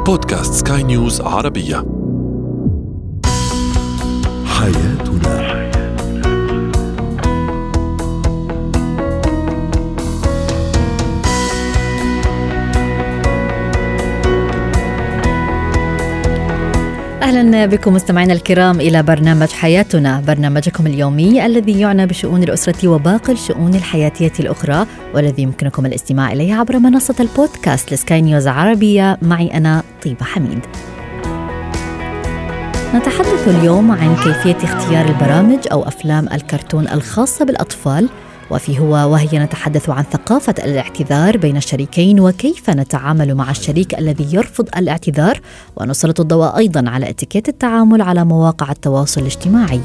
بودكاست سكاي نيوز عربية. حياتنا. أهلا بكم مستمعينا الكرام إلى برنامج حياتنا، برنامجكم اليومي الذي يعنى بشؤون الأسرة وباقي الشؤون الحياتية الأخرى، والذي يمكنكم الاستماع إليه عبر منصة البودكاست لسكاي نيوز عربية. معي أنا طيبة حميد. نتحدث اليوم عن كيفية اختيار البرامج أو أفلام الكرتون الخاصة بالأطفال، وهي نتحدث عن ثقافة الاعتذار بين الشريكين وكيف نتعامل مع الشريك الذي يرفض الاعتذار، ونسلط الضوء أيضا على اتيكيت التعامل على مواقع التواصل الاجتماعي.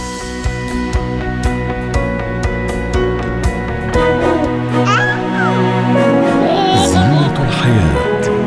زينة الحياة.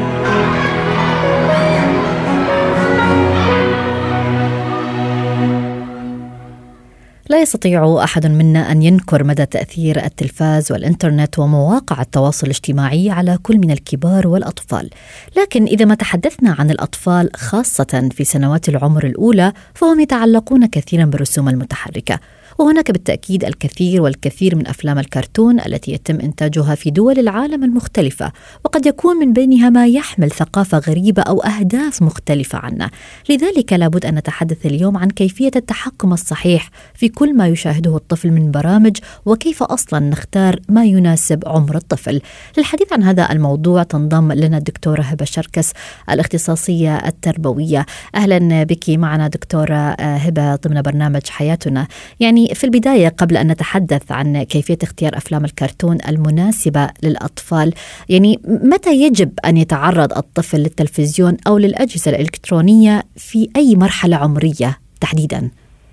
لا يستطيع أحد منا أن ينكر مدى تأثير التلفاز والإنترنت ومواقع التواصل الاجتماعي على كل من الكبار والأطفال، لكن إذا ما تحدثنا عن الأطفال خاصة في سنوات العمر الأولى فهم يتعلقون كثيرا بالرسوم المتحركة، وهناك بالتأكيد الكثير من أفلام الكرتون التي يتم إنتاجها في دول العالم المختلفة، وقد يكون من بينها ما يحمل ثقافة غريبة أو أهداف مختلفة عنا. لذلك لابد أن نتحدث اليوم عن كيفية التحكم الصحيح في كل ما يشاهده الطفل من برامج، وكيف أصلا نختار ما يناسب عمر الطفل. للحديث عن هذا الموضوع تنضم لنا الدكتورة هبة شركس الاختصاصية التربوية. أهلا بك معنا دكتورة هبة ضمن برنامج حياتنا. يعني في البداية قبل أن نتحدث عن كيفية اختيار أفلام الكرتون المناسبة للأطفال، يعني متى يجب أن يتعرض الطفل للتلفزيون أو للأجهزة الإلكترونية في أي مرحلة عمرية تحديدا؟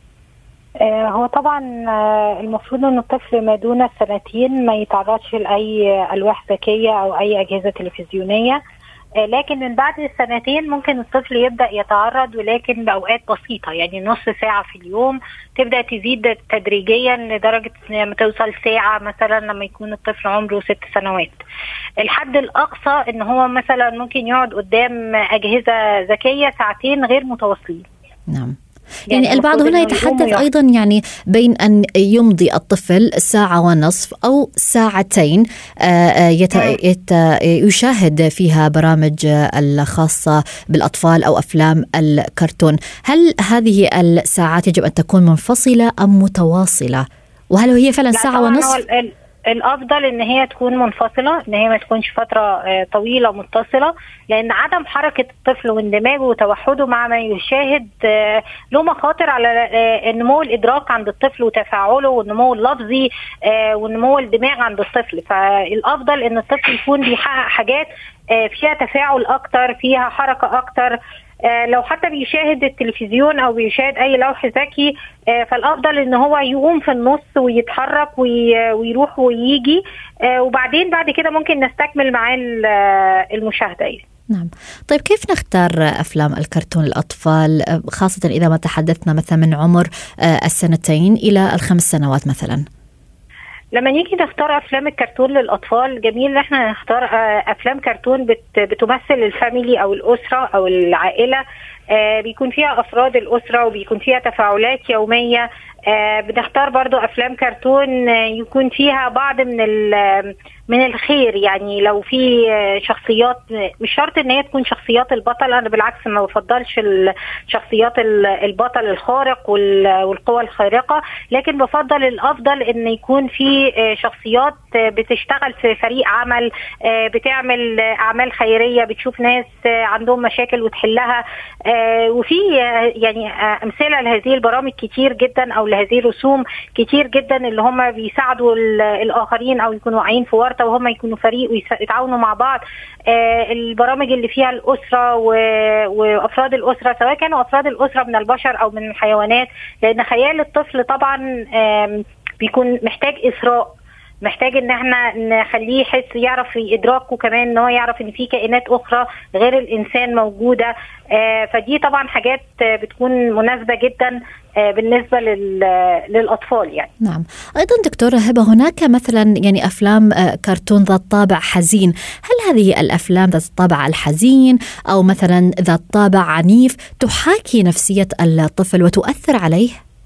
هو طبعا المفروض أن الطفل ما دون 2 ما يتعرضش لأي ألواح ذكية أو أي أجهزة تلفزيونية، لكن من بعد 2 ممكن الطفل يبدأ يتعرض، ولكن بأوقات بسيطة، يعني نص ساعة في اليوم، تبدأ تزيد تدريجيا لدرجة ما توصل ساعة مثلا لما يكون الطفل عمره 6 سنوات. الحد الأقصى إن هو مثلا ممكن يقعد قدام أجهزة ذكية 2 غير متواصلين. نعم. يعني البعض هنا يتحدث أيضا يعني بين أن يمضي الطفل 1.5 ساعة أو 2 ساعات يشاهد فيها برامج الخاصة بالأطفال أو أفلام الكرتون. هل هذه الساعات يجب أن تكون منفصلة أم متواصلة؟ وهل هي فعلا 1.5 ساعة؟ الأفضل إن هي تكون منفصلة، إن هي ما تكونش فترة طويلة متصلة، لأن عدم حركة الطفل واندماجه وتوحده مع ما يشاهد له مخاطر على النمو الإدراك عند الطفل وتفاعله والنمو اللفظي والنمو الدماغ عند الطفل. فالأفضل إن الطفل يكون بيحقق حاجات فيها تفاعل أكتر، فيها حركة أكتر. لو حتى بيشاهد التلفزيون أو بيشاهد أي لوح ذكي، فالأفضل إن هو يقوم في النص ويتحرك ويروح ويجي، وبعدين بعد كده ممكن نستكمل معاه المشاهدة. نعم. طيب كيف نختار أفلام الكرتون للأطفال، خاصة إذا ما تحدثنا مثلا من عمر 2 إلى 5 سنوات مثلا؟ لما نيجي نختار أفلام الكرتون للأطفال، جميل إن احنا نختار أفلام كرتون بتمثل الفاميلي أو الأسرة أو العائلة، بيكون فيها أفراد الأسرة وبيكون فيها تفاعلات يومية. بنختار برضو أفلام كرتون يكون فيها بعض من الخير، يعني لو في شخصيات، مش شرط ان هي تكون شخصيات البطل، انا بالعكس ما بفضلش شخصيات البطل الخارق والقوى الخارقة، لكن بفضل الافضل ان يكون في شخصيات بتشتغل في فريق عمل، بتعمل اعمال خيرية، بتشوف ناس عندهم مشاكل وتحلها. وفي يعني امثلة لهذه البرامج كتير جدا، او لهذه الرسوم كتير جدا، اللي هم بيساعدوا الاخرين او يكونوا واقعين في ورطة وهم يكونوا فريق ويتعاونوا مع بعض. البرامج اللي فيها الأسرة وأفراد الأسرة، سواء كانوا أفراد الأسرة من البشر أو من الحيوانات، لأن خيال الطفل طبعا بيكون محتاج إثراء، محتاج ان احنا نخليه يحس، يعرف ادراكه كمان، ان هو يعرف ان في كائنات اخرى غير الانسان موجوده. فدي طبعا حاجات بتكون مناسبه جدا بالنسبه للاطفال يعني. نعم. ايضا دكتوره هبه، هناك مثلا يعني افلام كرتون ذات طابع حزين، هل هذه الافلام ذات الطابع الحزين او مثلا ذات طابع عنيف تحاكي نفسيه الطفل وتؤثر عليه؟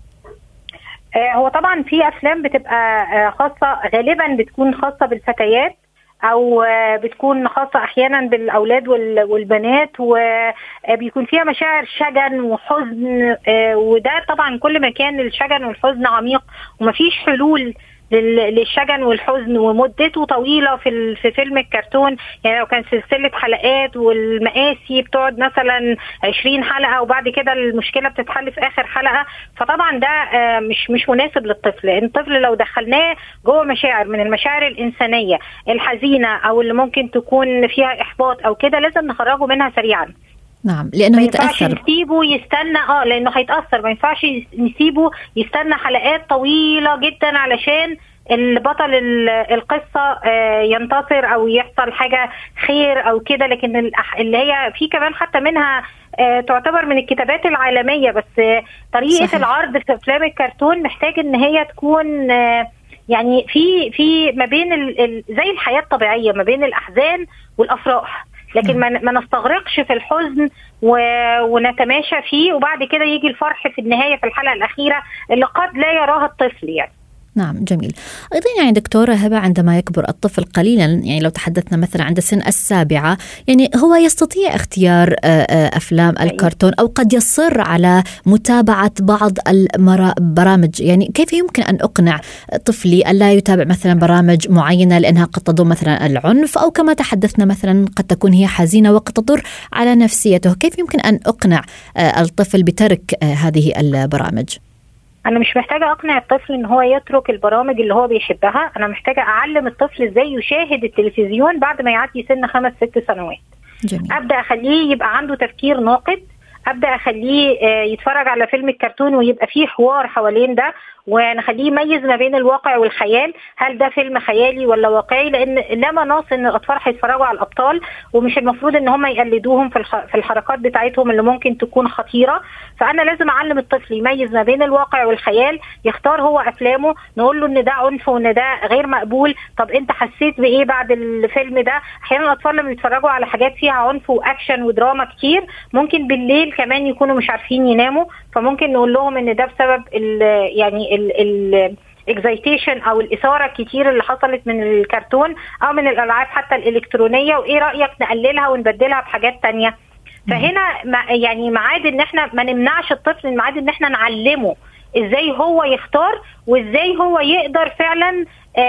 هو طبعا في افلام بتبقى خاصه، غالبا بتكون خاصه بالفتيات او بتكون خاصه احيانا بالاولاد والبنات، وبيكون فيها مشاعر شجن وحزن، وده طبعا كل ما كان الشجن والحزن عميق ومفيش حلول للشجن والحزن ومدته طويله في فيلم الكرتون. يعني لو كان سلسله حلقات والمقاسي بتقعد مثلا 20 حلقه وبعد كده المشكله بتتحل في اخر حلقه، فطبعا ده مش مناسب للطفل. لان الطفل لو دخلناه جوه مشاعر من المشاعر الانسانيه الحزينه او اللي ممكن تكون فيها احباط او كده، لازم نخرجه منها سريعا. نعم، لانه يتاثر. ما ينفعش نسيبه يستنى لانه هيتاثر. ما ينفعش نسيبه يستنى حلقات طويله جدا علشان البطل القصه ينتصر او يحصل حاجه خير او كده. لكن اللي هي في كمان حتى منها تعتبر من الكتابات العالميه، بس طريقه صحيح. العرض في افلام الكرتون محتاج ان هي تكون يعني في ما بين زي الحياه الطبيعيه، ما بين الاحزان والافراح، لكن ما نستغرقش في الحزن ونتماشى فيه وبعد كده يجي الفرح في النهاية في الحلقة الأخيرة اللي قد لا يراها الطفل يعني. نعم، جميل. أيضا يعني دكتورة هبة، عندما يكبر الطفل قليلا، يعني لو تحدثنا مثلا عند سن 7، يعني هو يستطيع اختيار أفلام الكرتون أو قد يصر على متابعة بعض البرامج. يعني كيف يمكن أن أقنع طفلي ألا يتابع مثلا برامج معينة لأنها قد تضم مثلا العنف، أو كما تحدثنا مثلا قد تكون هي حزينة وقد تضر على نفسيته؟ كيف يمكن أن أقنع الطفل بترك هذه البرامج؟ أنا مش محتاجة أقنع الطفل إن هو يترك البرامج اللي هو بيحبها، أنا محتاجة أعلم الطفل إزاي يشاهد التلفزيون بعد ما يعدي سن 5-6 سنوات. جميل. أبدأ أخليه يبقى عنده تفكير ناقد، أبدأ أخليه يتفرج على فيلم الكرتون ويبقى فيه حوار حوالين ده، ونخليه يميز ما بين الواقع والخيال، هل ده فيلم خيالي ولا واقعي، لان لا مناص ان الاطفال هيتفرجوا على الابطال ومش المفروض ان هم يقلدوهم في الحركات بتاعتهم اللي ممكن تكون خطيره. فانا لازم اعلم الطفل يميز ما بين الواقع والخيال، يختار هو افلامه، نقول له ان ده عنف وان ده غير مقبول. طب انت حسيت بايه بعد الفيلم ده؟ احيانا الاطفال لما بيتفرجوا على حاجات فيها عنف واكشن ودراما كتير ممكن بالليل كمان يكونوا مش عارفين يناموا، فممكن نقول لهم ان ده بسبب يعني الاكزايتيشن او الاثاره الكتير اللي حصلت من الكرتون او من الالعاب حتى الالكترونيه، وايه رايك نقللها ونبدلها بحاجات تانية. فهنا يعني معاد ان احنا ما نمنعش الطفل، معاد ان احنا نعلمه ازاي هو يختار وازاي هو يقدر فعلا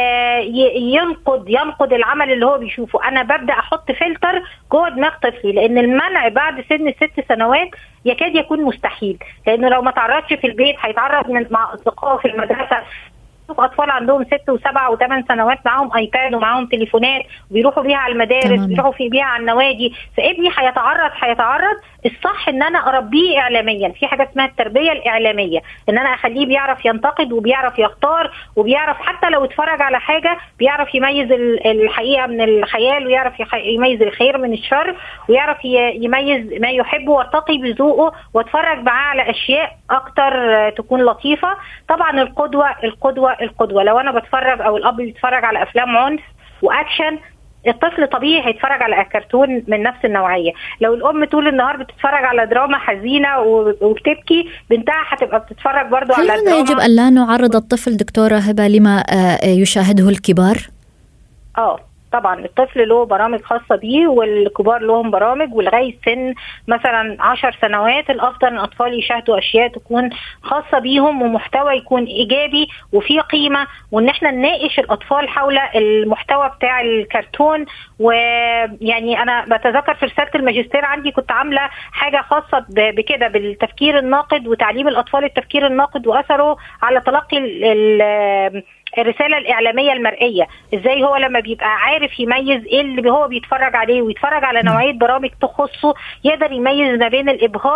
ينقد العمل اللي هو بيشوفه. انا ببدا احط فلتر جوه دماغ طفلي، لان المنع بعد سن 6 سنوات يكاد يكون مستحيل، لانه لو ما تعرضش في البيت هيتعرض مع اصدقائه في المدرسه. اطفال عندهم 6 و7 و8 سنوات معاهم ايباد ومعاهم تليفونات وبيروحوا بيها على المدارس، بيروحوا بيها على النوادي، فابني هيتعرض. الصح ان انا اربيه اعلاميا في حاجه اسمها التربيه الاعلاميه، ان انا اخليه بيعرف ينتقد وبيعرف يختار وبيعرف حتى لو اتفرج على حاجه بيعرف يميز الحقيقه من الخيال، ويعرف يميز الخير من الشر، ويعرف يميز ما يحبه، وارتقي بذوقه واتفرج معاه على اشياء اكتر تكون لطيفه. طبعا القدوه لو انا بتفرج او الاب بيتفرج على افلام عنف واكشن، الطفل طبيعي هيتفرج على كرتون من نفس النوعيه. لو الام طول النهار بتتفرج على دراما حزينه وبتبكي، بنتها هتبقى بتتفرج برضو على دراما. هل يجب ان لا نعرض الطفل دكتوره هبه لما يشاهده الكبار؟ طبعا الطفل له برامج خاصة بيه والكبار لهم برامج، ولغاية سن مثلا 10 سنوات الأفضل أن الأطفال يشاهدوا أشياء تكون خاصة بيهم ومحتوى يكون إيجابي وفيه قيمة، وإن احنا نناقش الأطفال حول المحتوى بتاع الكرتون. ويعني أنا بتذكر في رسالة الماجستير عندي كنت عاملة حاجة خاصة بكده بالتفكير الناقد وتعليم الأطفال التفكير الناقد وأثره على تلقي الرسالة الإعلامية المرئية، إزاي هو لما بيبقى عارف يميز إيه اللي هو بيتفرج عليه ويتفرج على نوعية برامج تخصه، يقدر يميز ما بين الإبهار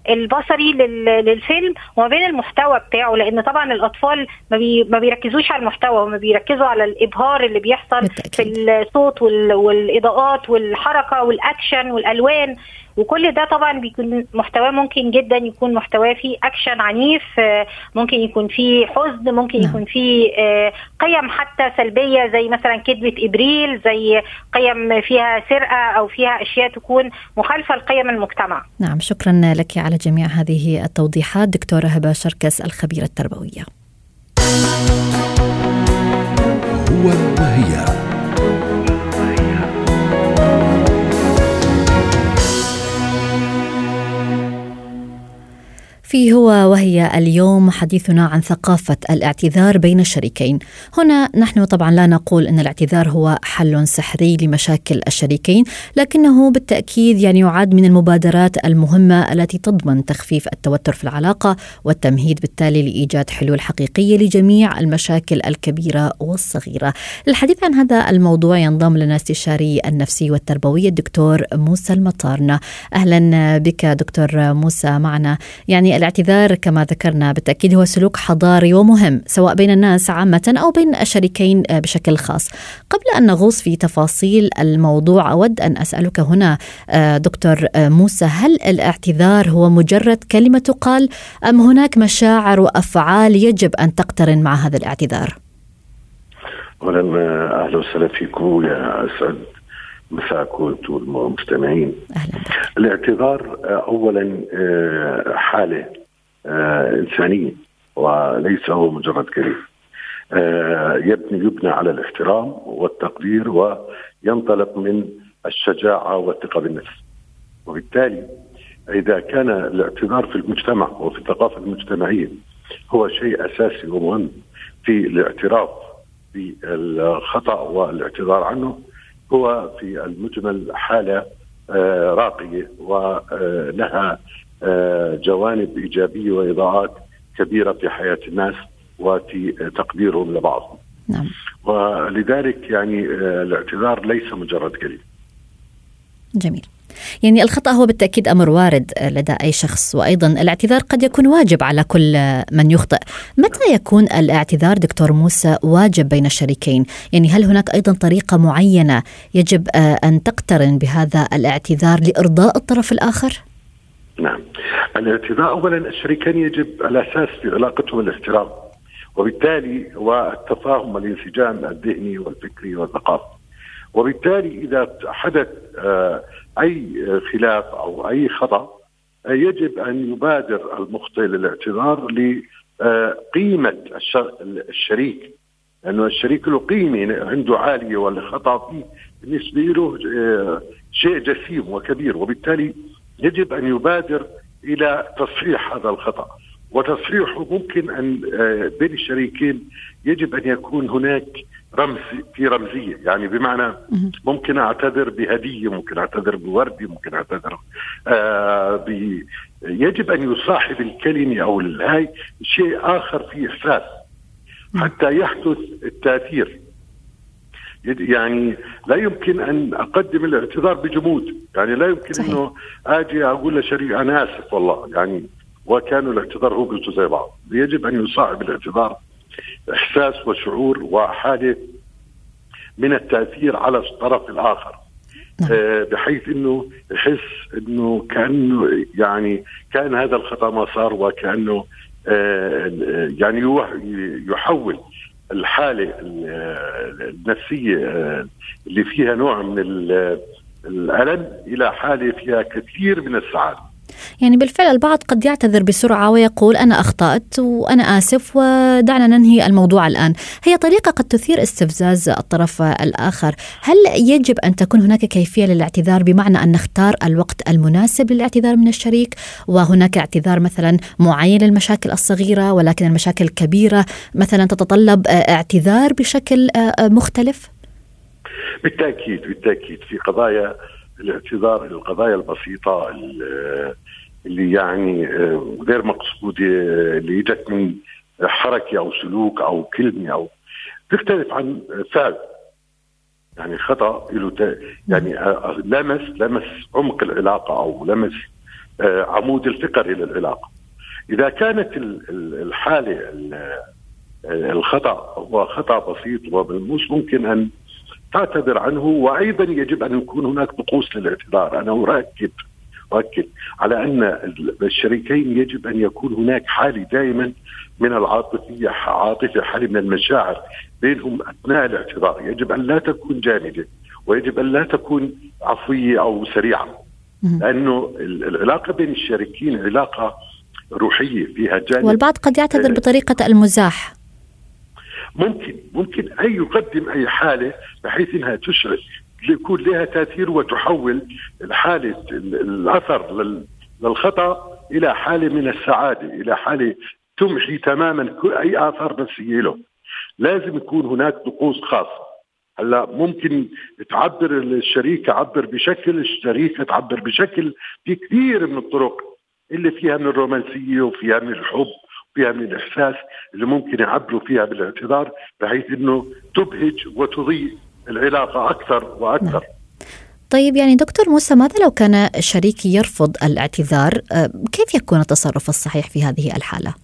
البصري للفيلم وما بين المحتوى بتاعه، لان طبعا الاطفال ما بيركزوش على المحتوى، وما بيركزوا على الابهار اللي بيحصل بالتأكيد في الصوت والاضاءات والحركه والاكشن والالوان، وكل ده طبعا بيكون محتوى ممكن جدا يكون محتوى فيه اكشن عنيف، ممكن يكون فيه حزن، ممكن يكون فيه قيم حتى سلبية زي مثلا كذبة إبريل، زي قيم فيها سرقة أو فيها أشياء تكون مخالفة لقيم المجتمع. نعم، شكرا لك على جميع هذه التوضيحات دكتورة هبة شركس الخبيرة التربوية. هو وهي. في هو وهي اليوم حديثنا عن ثقافة الاعتذار بين الشريكين. هنا نحن طبعا لا نقول أن الاعتذار هو حل سحري لمشاكل الشريكين، لكنه بالتأكيد يعد من المبادرات المهمة التي تضمن تخفيف التوتر في العلاقة والتمهيد بالتالي لإيجاد حلول حقيقية لجميع المشاكل الكبيرة والصغيرة. للحديث عن هذا الموضوع ينضم لنا استشاري النفسي والتربوي الدكتور موسى المطارنة. أهلا بك دكتور موسى معنا. الاعتذار كما ذكرنا بالتأكيد هو سلوك حضاري ومهم سواء بين الناس عامة أو بين الشريكين بشكل خاص. قبل أن نغوص في تفاصيل الموضوع أود أن أسألك هنا دكتور موسى، هل الاعتذار هو مجرد كلمة تقال أم هناك مشاعر وأفعال يجب أن تقترن مع هذا الاعتذار؟ أولا أهلا وسهلا فيكم، يا أسعد مساكم انتم المستمعين. الاعتذار اولا حاله انسانيه وليس هو مجرد كلمه، يبنى على الاحترام والتقدير وينطلق من الشجاعه والثقه بالنفس. وبالتالي اذا كان الاعتذار في المجتمع وفي الثقافه المجتمعيه هو شيء اساسي ومهم في الاعتراف بالخطا والاعتذار عنه، هو في المجمل حالة راقية ولها جوانب إيجابية وإضاءات كبيرة في حياة الناس وفي تقديرهم لبعضهم. نعم. ولذلك الاعتذار ليس مجرد كلمة. جميل. الخطأ هو بالتأكيد أمر وارد لدى أي شخص، وأيضا الاعتذار قد يكون واجب على كل من يخطئ. متى يكون الاعتذار دكتور موسى واجب بين الشريكين؟ هل هناك أيضا طريقة معينة يجب أن تقترن بهذا الاعتذار لإرضاء الطرف الآخر؟ نعم، الاعتذار أولا الشريكين يجب الأساس في علاقتهم الاحترام، وبالتالي والتفاهم والانسجام الذهني والفكري والثقافي. وبالتالي إذا حدث أي خلاف أو أي خطأ يجب أن يبادر المخطئ للاعتذار لقيمة الشريك، لأنه الشريك له قيمة عنده عالية والخطأ فيه بالنسبة له شيء جسيم وكبير، وبالتالي يجب أن يبادر إلى تصحيح هذا الخطأ. وتصحيحه ممكن أن بين الشريكين يجب أن يكون هناك في رمزية، بمعنى ممكن أعتذر بهدية، ممكن أعتذر بوردة، ممكن أعتذر يجب أن يصاحب الكلمة أو الهاي شيء آخر فيه إحساس حتى يحدث التأثير. لا يمكن أن أقدم الاعتذار بجمود، لا يمكن صحيح. أنه أجي أقول لشريك أنا آسف والله وكانوا الاعتذار هو قلتوا زي بعض. يجب أن يصاحب الاعتذار إحساس وشعور وحالة من التأثير على الطرف الآخر، بحيث أنه يحس أنه كأنه كان هذا الخطأ ما صار، وكأنه يحول الحالة النفسية اللي فيها نوع من الألم إلى حالة فيها كثير من السعادة. بالفعل البعض قد يعتذر بسرعة ويقول أنا أخطأت وأنا آسف ودعنا ننهي الموضوع الآن. هي طريقة قد تثير استفزاز الطرف الآخر. هل يجب أن تكون هناك كيفية للاعتذار، بمعنى أن نختار الوقت المناسب للاعتذار من الشريك، وهناك اعتذار مثلا معين للمشاكل الصغيرة ولكن المشاكل الكبيرة مثلا تتطلب اعتذار بشكل مختلف؟ بالتأكيد في قضايا الاعتذار، القضايا البسيطة اللي غير مقصودة، اللي يجت من حركة أو سلوك أو كلمة أو تختلف عن فعل، خطأ له لمس عمق العلاقة أو لمس عمود الفقري للعلاقة. إذا كانت الحالة الخطأ هو خطأ بسيط وملموس ممكن أن تعتذر عنه، وأيضا يجب أن يكون هناك طقوس للاعتذار. أنا أؤكد على أن الشريكين يجب أن يكون هناك حالة دائما من العاطفة، حالة من المشاعر بينهم أثناء الاعتذار. يجب أن لا تكون جامدة، ويجب أن لا تكون عفوية أو سريعة، لأنه العلاقة بين الشريكين علاقة روحية فيها جانب. والبعض قد يعتذر بطريقة المزاح. ممكن أن يقدم أي حالة بحيث أنها تشعر يكون لها تأثير وتحول الحالة الأثر للخطأ إلى حالة من السعادة، إلى حالة تمحي تماما أي آثار نفسية له. لازم يكون هناك طقوس خاصة. هلا ممكن تعبر الشريك يعبر بشكل، الشريكة تعبر بشكل، في كثير من الطرق اللي فيها من الرومانسية وفيها من الحب وفيها من الإحساس اللي ممكن يعبروا فيها بالاعتذار بحيث أنه تبهج وتضيء العلاقة أكثر وأكثر. طيب يعني دكتور موسى، ماذا لو كان الشريك يرفض الاعتذار؟ كيف يكون التصرف الصحيح في هذه الحالة؟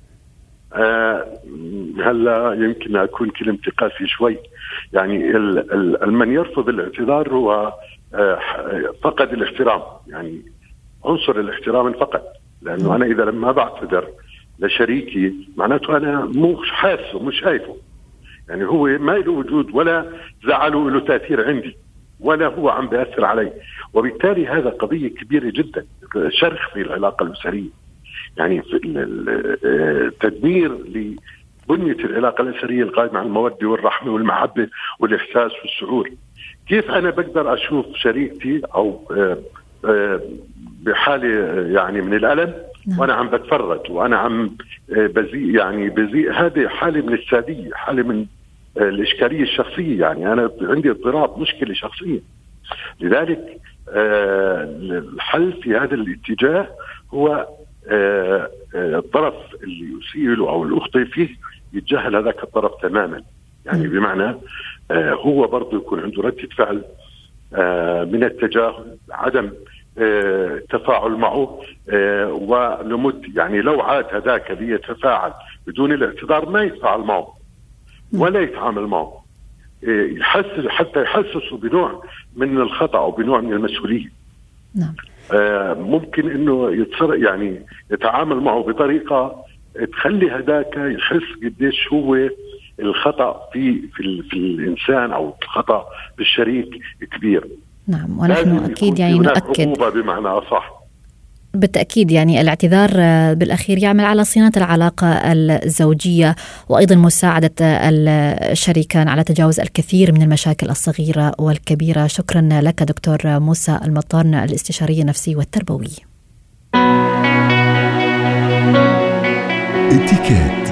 هلا يمكن أكون كلمتي قاسية شوي. يعني من يرفض الاعتذار هو فقد الاحترام، يعني عنصر الاحترام فقط. لأنه أنا إذا لما بعتذر لشريكي معناته أنا مش حاسه مش شايفه، يعني هو ما له وجود ولا زعله له تأثير عندي ولا هو عم بيأثر علي. وبالتالي هذا قضية كبيرة جدا، شرخ في العلاقة الأسرية، يعني في تدمير لبنية العلاقة الأسرية القائمة على المودة والرحمة والمحبة والإحساس والشعور. كيف أنا بقدر أشوف شريكتي أو بحالة يعني من الألم وأنا عم بتفرج وأنا عم بزيء هذه حالة من السادية، حالة من الإشكالية الشخصية. يعني أنا عندي اضطراب، مشكلة شخصية. لذلك الحل في هذا الاتجاه هو الطرف اللي يسيء أو الأخطئ فيه يتجاهل هذاك الطرف تماما. يعني بمعنى هو برضه يكون عنده ردة فعل من التجاهل، عدم التفاعل معه، ونمد يعني لو عاد هذاك ليتفاعل بدون الاعتذار ما يتفاعل معه ولا يتعامل معه، يحسس حتى يحسسه بنوع من الخطأ أو بنوع من المسؤولية. نعم. ممكن إنه يعني يتعامل معه بطريقة تخلي هذاك يحس قديش هو الخطأ في الإنسان أو الخطأ بالشريك كبير. نعم، ونحن أكيد يعني نؤكد بمعنى أصح. بالتأكيد يعني الاعتذار بالأخير يعمل على صيانة العلاقة الزوجية، وأيضا مساعدة الشريكان على تجاوز الكثير من المشاكل الصغيرة والكبيرة. شكرا لك دكتور موسى المطان، الاستشاري النفسي والتربوي. اتكات.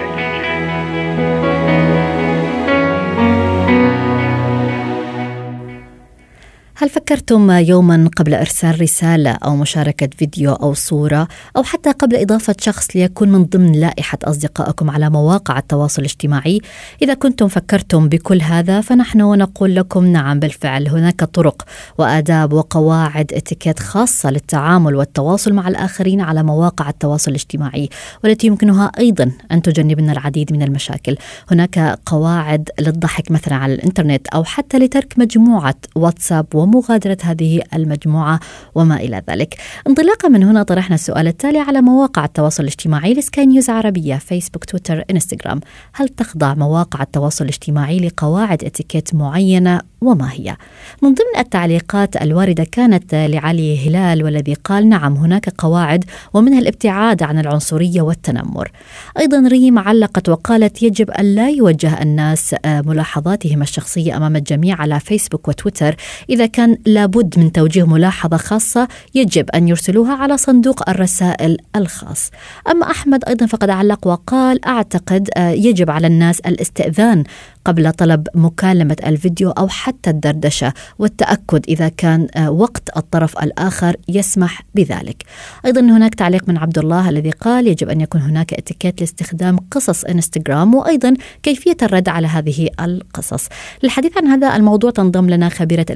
هل فكرتم يوما قبل إرسال رسالة أو مشاركة فيديو أو صورة، أو حتى قبل إضافة شخص ليكون من ضمن لائحة أصدقائكم على مواقع التواصل الاجتماعي؟ إذا كنتم فكرتم بكل هذا فنحن نقول لكم نعم بالفعل، هناك طرق وآداب وقواعد اتيكيت خاصة للتعامل والتواصل مع الآخرين على مواقع التواصل الاجتماعي، والتي يمكنها أيضا أن تجنبنا العديد من المشاكل. هناك قواعد للضحك مثلا على الإنترنت، أو حتى لترك مجموعة واتساب ومغادرة هذه المجموعة وما إلى ذلك. انطلاقا من هنا طرحنا السؤال التالي على مواقع التواصل الاجتماعي لسكاي نيوز عربية، فيسبوك، تويتر، انستغرام: هل تخضع مواقع التواصل الاجتماعي لقواعد اتيكيت معينة وما هي؟ من ضمن التعليقات الواردة كانت لعلي هلال، والذي قال نعم هناك قواعد ومنها الابتعاد عن العنصرية والتنمر. أيضا ريم علقت وقالت يجب أن لا يوجه الناس ملاحظاتهم الشخصية أمام الجميع على فيسبوك وتويتر، إذا كان لابد من توجيه ملاحظة خاصة يجب أن يرسلوها على صندوق الرسائل الخاص. أما أحمد أيضا فقد علق وقال أعتقد يجب على الناس الاستئذان قبل طلب مكالمة الفيديو أو حتى الدردشة، والتأكد إذا كان وقت الطرف الآخر يسمح بذلك. أيضا هناك تعليق من عبد الله الذي قال يجب أن يكون هناك اتيكيت لاستخدام قصص انستغرام، وأيضا كيفية الرد على هذه القصص. للحديث عن هذا الموضوع تنضم لنا خبيرة الاتيكيت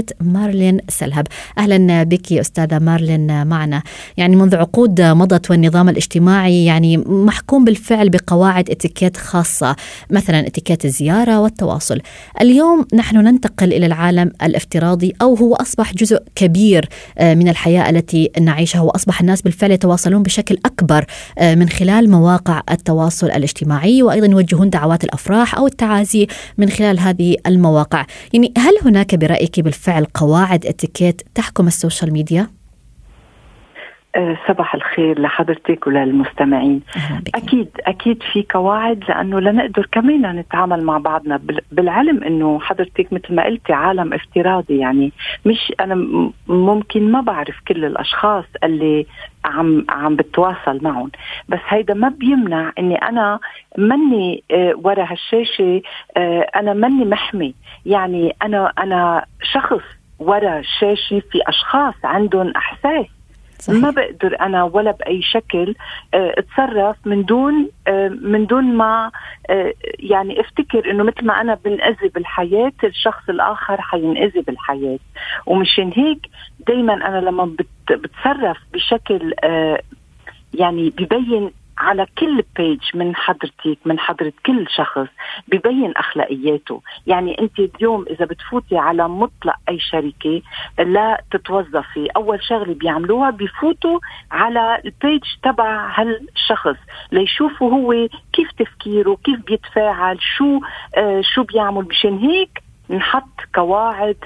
اتيكيت مارلين سلهب. أهلا بك أستاذة مارلين معنا. يعني منذ عقود مضت والنظام الاجتماعي يعني محكوم بالفعل بقواعد اتيكيت خاصة، مثلا اتيكيت الزيارة والتواصل. اليوم نحن ننتقل إلى العالم الافتراضي، أو هو أصبح جزء كبير من الحياة التي نعيشها، وأصبح الناس بالفعل يتواصلون بشكل أكبر من خلال مواقع التواصل الاجتماعي، وأيضا يوجهون دعوات الأفراح أو التعازي من خلال هذه المواقع. يعني هل هناك برأيك بالفعل قواعد اتيكيت تحكم السوشيال ميديا؟ صباح الخير لحضرتك وللمستمعين. أكيد في قواعد، لأنه لنقدر كمان نتعامل مع بعضنا بالعلم أنه حضرتك مثل ما قلتي عالم افتراضي. يعني مش أنا ممكن ما بعرف كل الأشخاص اللي عم بتواصل معهم، بس هيدا ما بيمنع أني أنا مني ورا هالشاشة، أنا مني محمي. يعني أنا شخص ورا الشاشة، في أشخاص عندهم أحساس صحيح. ما بقدر أنا ولا بأي شكل اتصرف من دون ما يعني افتكر إنه مثل ما أنا بنأذي بالحياة الشخص الآخر حينأذي بالحياة. ومشان هيك دايما أنا لما بتصرف بشكل يعني بيبين على كل بيج من حضرة كل شخص بيبين أخلاقياته. يعني أنت اليوم إذا بتفوتي على مطلق أي شركة لا تتوظفي، أول شغلة بيعملوها بيفوتوا على البيج تبع هالشخص ليشوفوا هو كيف تفكيره، كيف بيتفاعل، شو بيعمل. مشان هيك نحط قواعد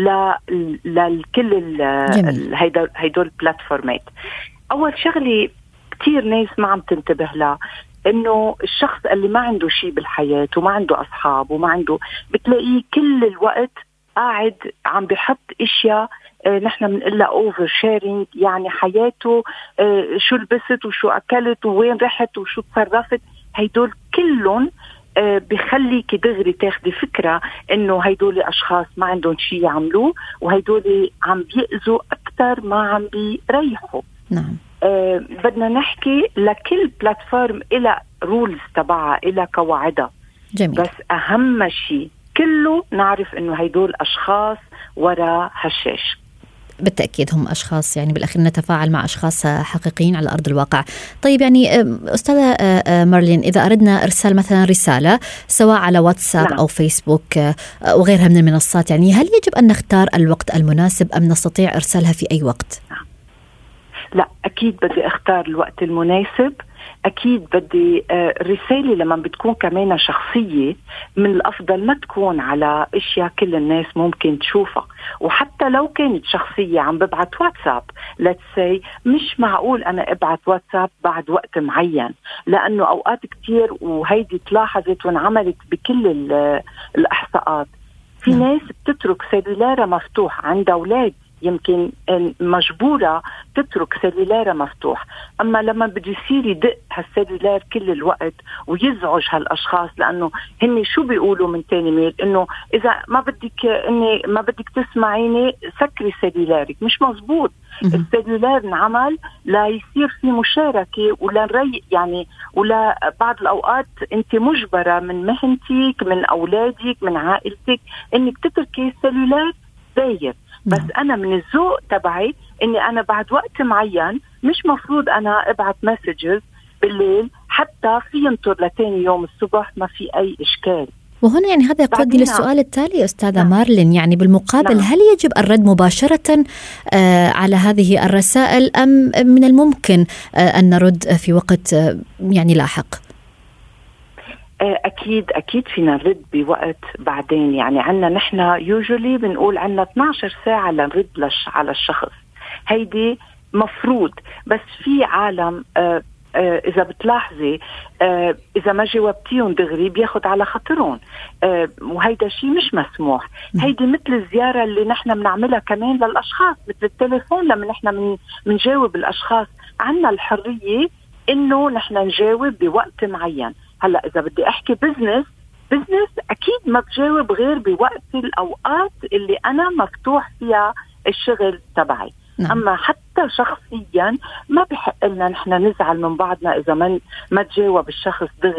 لكل هيدول البلاتفورمات. أول شغلة كتير ناس ما عم تنتبه لها انه الشخص اللي ما عنده شيء بالحياة وما عنده اصحاب وما عنده، بتلاقيه كل الوقت قاعد عم بيحط اشياء نحن بنقلها اوفر شيرينج. يعني حياته شو لبست وشو اكلت ووين رحت وشو تصرفت، هيدول كلهم بيخليك دغري تاخدي فكرة انه هيدول اشخاص ما عندهم شيء يعملوه، وهيدول عم بيأذوا اكتر ما عم بيريحوا. نعم. بدنا نحكي لكل بلاتفورم إلى رولز تبعها، إلى قواعدها. جميل. بس أهم شيء كله نعرف إنه هيدول أشخاص وراء هالشاشة. بالتأكيد هم أشخاص، يعني بالأخير نتفاعل مع أشخاص حقيقيين على أرض الواقع. طيب يعني أستاذة مارلين، إذا أردنا إرسال مثلا رسالة سواء على واتساب نعم. أو فيسبوك وغيرها من المنصات، يعني هل يجب أن نختار الوقت المناسب أم نستطيع إرسالها في أي وقت؟ نعم. لا، أكيد بدي أختار الوقت المناسب. أكيد بدي الرسالة لما بتكون كمان شخصية من الأفضل ما تكون على أشياء كل الناس ممكن تشوفها. وحتى لو كانت شخصية عم ببعت واتساب let's say، مش معقول أنا أبعت واتساب بعد وقت معين، لأنه أوقات كتير وهيدي تلاحظت وانعملت بكل الإحصاءات، في ناس بتترك سيلولارها مفتوح عند أولاد، يمكن مجبورة تترك سيلولارها مفتوح. أما لما بده يصير يدق هالسيلولار كل الوقت ويزعج هالأشخاص، لأنه هني شو بيقولوا من تاني ميل إنه إذا ما بدك تسمعيني سكري سيلولارك. مش مزبوط. السيلولار انعمل لا يصير في مشاركة ولا نريق، يعني ولا بعض الأوقات أنت مجبرة من مهنتك من أولادك من عائلتك إنك تتركي السيلولار داير. بس أنا من الذوق تبعي إني أنا بعد وقت معين مش مفروض أنا أبعت مسجز بالليل، حتى في ينطر لتاني يوم الصبح، ما في أي إشكال. وهنا يعني هذا يقودني للسؤال التالي أستاذة مارلين، يعني بالمقابل هل يجب الرد مباشرة على هذه الرسائل أم من الممكن أن نرد في وقت يعني لاحق؟ أكيد فينا نرد بوقت بعدين. يعني عنا نحن يوجولي بنقول عنا 12 ساعة لنرد على الشخص، هيدي مفروض. بس في عالم إذا بتلاحظي إذا ما جاوبتيهم دغري بياخد على خاطرهم، وهيدا شيء مش مسموح. هيدي مثل الزيارة اللي نحن بنعملها كمان للأشخاص، مثل التليفون لما نحن منجاوب الأشخاص، عنا الحرية إنه نحن نجاوب بوقت معين. هلأ إذا بدي أحكي بزنس أكيد ما بجاوب غير بوقت الأوقات اللي أنا مفتوح فيها الشغل تبعي. نعم. أما حتى شخصيا ما بحق لنا نحن نزعل من بعضنا إذا ما تجاوب الشخص دغري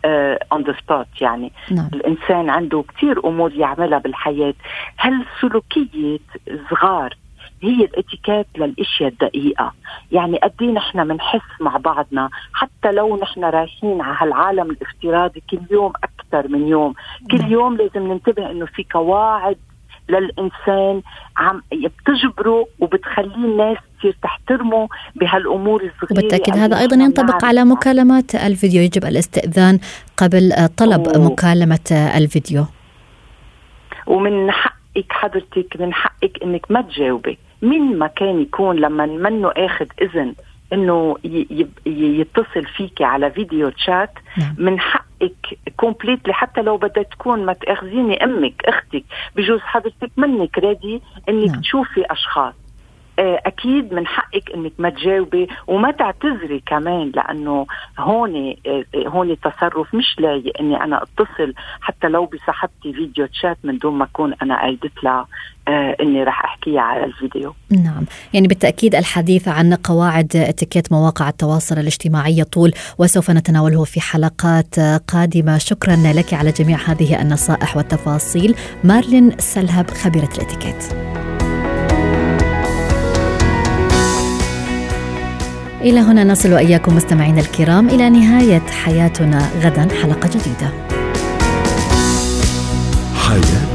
on the spot. يعني نعم. الإنسان عنده كتير أمور يعملها بالحياة. هالسلوكية صغار هي الاتيكيت للاشياء الدقيقة. يعني قدين نحن منحس مع بعضنا حتى لو نحن رايحين على هالعالم الافتراضي كل يوم أكثر من يوم. كل يوم لازم ننتبه إنه في قواعد للإنسان عم بتجبره وبتخليه الناس تصير تحترمه بهالأمور الصغيرة. وبالتأكيد هذا أيضا ينطبق على مكالمات الفيديو. يجب الاستئذان قبل طلب مكالمة الفيديو. ومن حقك حضرتك، من حقك إنك ما تجاوبي من ما كان يكون لما منه أخذ إذن إنه يتصل فيك على فيديو تشات. من حقك كومبليتلي حتى لو بدها تكون ما تأخذيني أمك أختك، بجوز حضرتك منك رادي إنك تشوفي أشخاص. أكيد من حقك إنك ما تجاوبي وما تعتذري كمان، لأنه هون تصرف مش لايق إني أنا أتصل حتى لو بصاحبتي فيديو تشات من دون ما أكون أنا قايدت لها إني رح أحكيها على الفيديو. نعم، يعني بالتأكيد الحديث عن قواعد اتيكيت مواقع التواصل الاجتماعي طول، وسوف نتناوله في حلقات قادمة. شكرا لك على جميع هذه النصائح والتفاصيل مارلين سلهب، خبيرة الاتيكيت. إلى هنا نصل وإياكم مستمعين الكرام إلى نهاية حياتنا. غدا حلقة جديدة. حياتنا.